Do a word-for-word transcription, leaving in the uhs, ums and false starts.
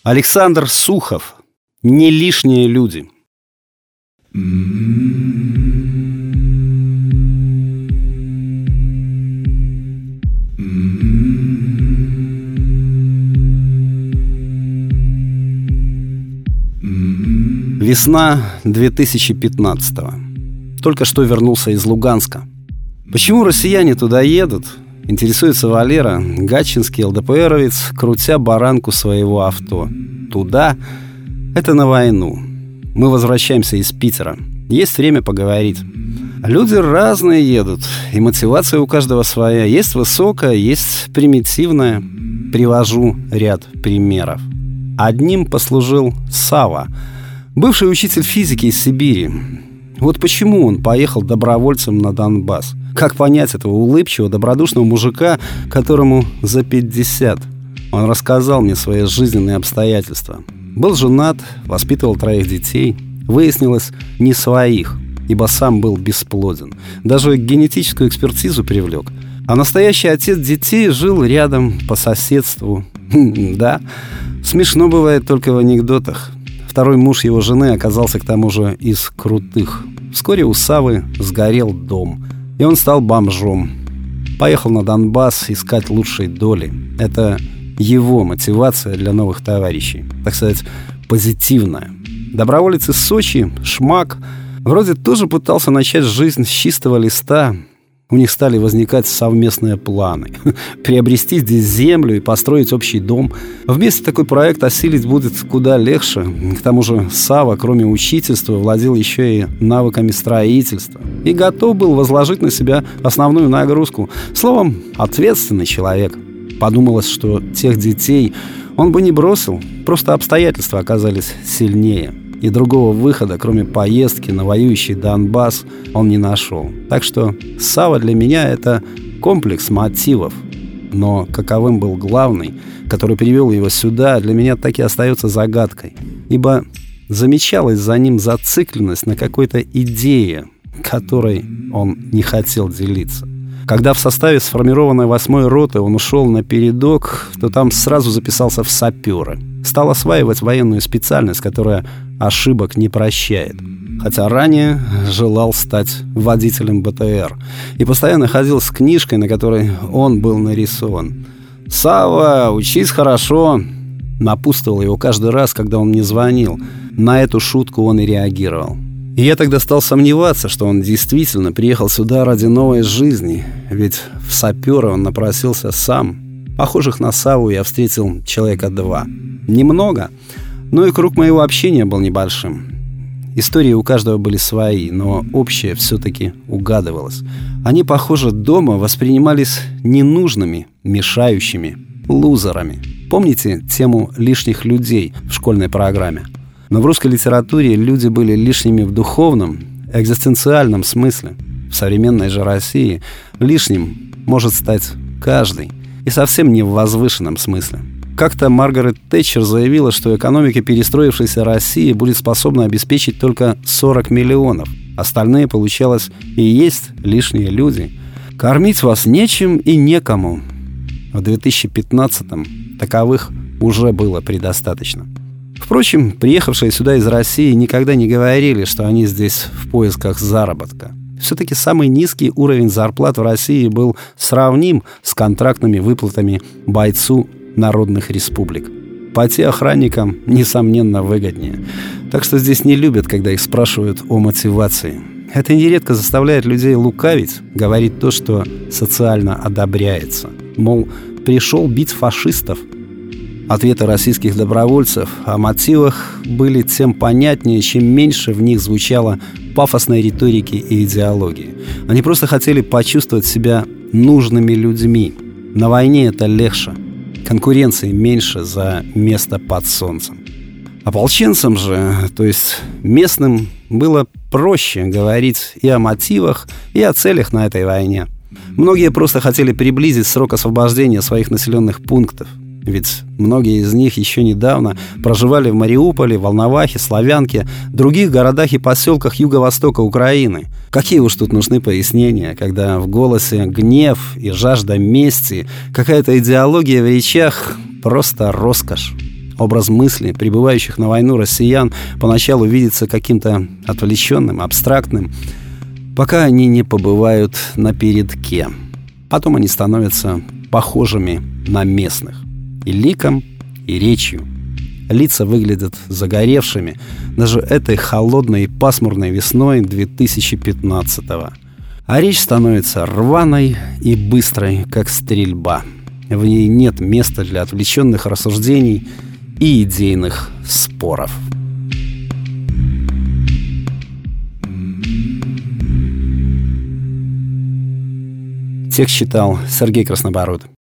Александр Сухов. Не лишние люди. Весна две тысячи пятнадцатого. Только что вернулся из Луганска. Почему россияне туда едут? Интересуется Валера, гатчинский ЛДПРовец, крутя баранку своего авто. Туда — это на войну. Мы возвращаемся из Питера. Есть время поговорить. Люди разные едут, и мотивация у каждого своя. Есть высокая, есть примитивная. Привожу ряд примеров. Одним послужил Сава, бывший учитель физики из Сибири. Вот почему он поехал добровольцем на Донбасс. Как понять этого улыбчивого, добродушного мужика, которому за пятьдесят? Он рассказал мне свои жизненные обстоятельства. Был женат, воспитывал троих детей. Выяснилось, не своих, ибо сам был бесплоден. Даже генетическую экспертизу привлек. А настоящий отец детей жил рядом, по соседству. Да, смешно бывает только в анекдотах. Второй муж его жены оказался к тому же из крутых. Вскоре у Савы сгорел дом, и он стал бомжом. Поехал на Донбасс искать лучшей доли. Это его мотивация для новых товарищей. Так сказать, позитивная. Доброволец из Сочи, Шмак, вроде тоже пытался начать жизнь с чистого листа. У них стали возникать совместные планы. Приобрести здесь землю и построить общий дом. Вместе такой проект осилить будет куда легче. К тому же Сава, кроме учительства, владел еще и навыками строительства. И готов был возложить на себя основную нагрузку. Словом, ответственный человек. Подумалось, что тех детей он бы не бросил. Просто обстоятельства оказались сильнее. И другого выхода, кроме поездки на воюющий Донбасс, он не нашел. Так что Сава для меня — это комплекс мотивов. Но каковым был главный, который привел его сюда, для меня так и остается загадкой. Ибо замечалась за ним зацикленность на какой-то идее, которой он не хотел делиться. Когда в составе сформированной восьмой роты он ушел на передок, то там сразу записался в саперы. Стал осваивать военную специальность, которая ошибок не прощает. Хотя ранее желал стать водителем БТР. И постоянно ходил с книжкой, на которой он был нарисован. «Сава, учись хорошо!» Напутствовал его каждый раз, когда он мне звонил. На эту шутку он и реагировал. И я тогда стал сомневаться, что он действительно приехал сюда ради новой жизни. Ведь в саперы он напросился сам. Похожих на Саву я встретил человека два. Немного, но и круг моего общения был небольшим. Истории у каждого были свои, но общее все-таки угадывалось. Они, похоже, дома воспринимались ненужными, мешающими, лузерами. Помните тему лишних людей в школьной программе? Но в русской литературе люди были лишними в духовном, экзистенциальном смысле. В современной же России лишним может стать каждый, и совсем не в возвышенном смысле. Как-то Маргарет Тэтчер заявила, что экономика перестроившейся России будет способна обеспечить только сорок миллионов. Остальные, получалось, и есть лишние люди. Кормить вас нечем и некому. В две тысячи пятнадцатом таковых уже было предостаточно. Впрочем, приехавшие сюда из России никогда не говорили, что они здесь в поисках заработка. Все-таки самый низкий уровень зарплат в России был сравним с контрактными выплатами бойцу народных республик. Пойти охранникам, несомненно, выгоднее. Так что здесь не любят, когда их спрашивают о мотивации. Это нередко заставляет людей лукавить, говорить то, что социально одобряется. Мол, пришел бить фашистов. Ответы российских добровольцев о мотивах были тем понятнее, чем меньше в них звучало пафосной риторики и идеологии. Они просто хотели почувствовать себя нужными людьми. На войне это легче. Конкуренции меньше за место под солнцем. Ополченцам же, то есть местным, было проще говорить и о мотивах, и о целях на этой войне. Многие просто хотели приблизить срок освобождения своих населенных пунктов. Ведь многие из них еще недавно проживали в Мариуполе, Волновахе, Славянке, других городах и поселках юго-востока Украины. Какие уж тут нужны пояснения, когда в голосе гнев и жажда мести, какая-то идеология в речах — просто роскошь. Образ мысли прибывающих на войну россиян поначалу видится каким-то отвлеченным, абстрактным, пока они не побывают на передке. Потом они становятся похожими на местных и ликом, и речью. Лица выглядят загоревшими даже этой холодной и пасмурной весной две тысячи пятнадцатого. А речь становится рваной и быстрой, как стрельба. В ней нет места для отвлеченных рассуждений и идейных споров. Текст читал Сергей Краснобород.